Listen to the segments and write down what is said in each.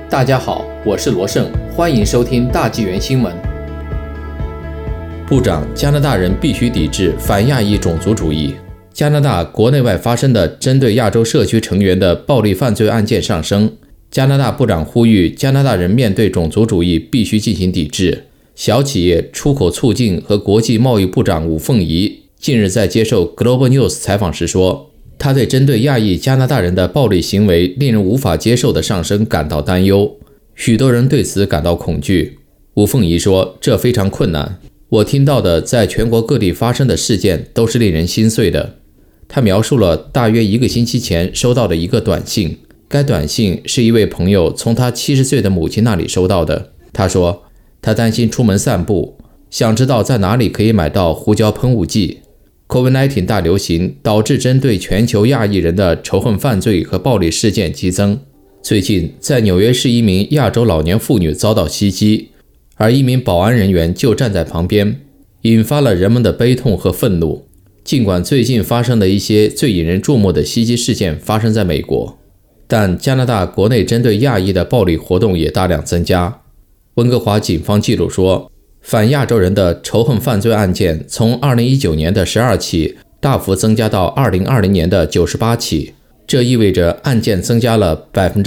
大家好，我是罗胜，欢迎收听大纪元新闻。部长，加拿大人必须抵制反亚裔种族主义。加拿大国内外发生的针对亚洲社区成员的暴力犯罪案件上升，加拿大部长呼吁加拿大人面对种族主义必须进行抵制。小企业出口促进和国际贸易部长伍凤仪近日在接受 Global News 采访时说，他对针对亚裔加拿大人的暴力行为令人无法接受的上升感到担忧，许多人对此感到恐惧。伍凤仪说，这非常困难，我听到的在全国各地发生的事件都是令人心碎的。他描述了大约1个星期前收到的一个短信，该短信是一位朋友从他70岁的母亲那里收到的。他说，他担心出门散步，想知道在哪里可以买到胡椒喷雾剂。COVID-19 大流行导致针对全球亚裔人的仇恨犯罪和暴力事件激增。最近，在纽约市一名亚洲老年妇女遭到袭击，而一名保安人员就站在旁边，引发了人们的悲痛和愤怒。尽管最近发生的一些最引人注目的袭击事件发生在美国，但加拿大国内针对亚裔的暴力活动也大量增加。温哥华警方记录说，反亚洲人的仇恨犯罪案件从2019年的12起大幅增加到2020年的98起，这意味着案件增加了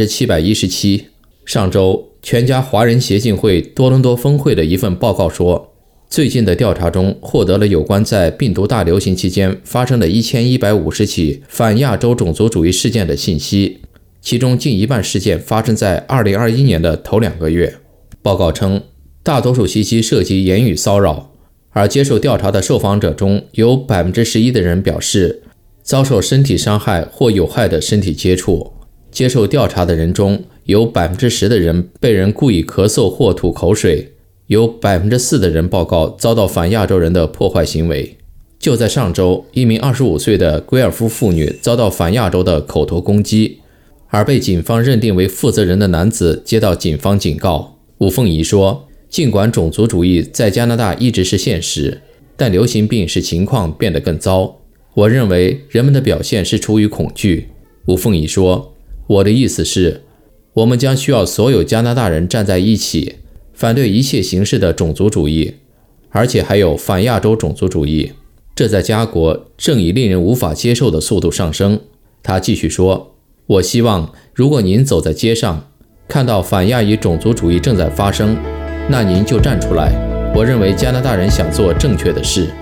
717%。 上周，全家华人协进会多伦多分会的一份报告说，最近的调查中获得了有关在病毒大流行期间发生的1150起反亚洲种族主义事件的信息，其中近一半事件发生在2021年的头2个月。报告称，大多数袭击涉及言语骚扰，而接受调查的受访者中有 11% 的人表示遭受身体伤害或有害的身体接触。接受调查的人中有 10% 的人被人故意咳嗽或吐口水，有 4% 的人报告遭到反亚洲人的破坏行为。就在上周，一名25岁的圭尔夫妇女遭到反亚洲的口头攻击，而被警方认定为负责人的男子接到警方警告。伍凤仪说，尽管种族主义在加拿大一直是现实，但流行病使情况变得更糟。我认为人们的表现是出于恐惧。伍凤仪说，我的意思是，我们将需要所有加拿大人站在一起，反对一切形式的种族主义，而且还有反亚洲种族主义。这在加国正以令人无法接受的速度上升。他继续说，我希望如果您走在街上，看到反亚裔种族主义正在发生，那您就站出来。我认为加拿大人想做正确的事。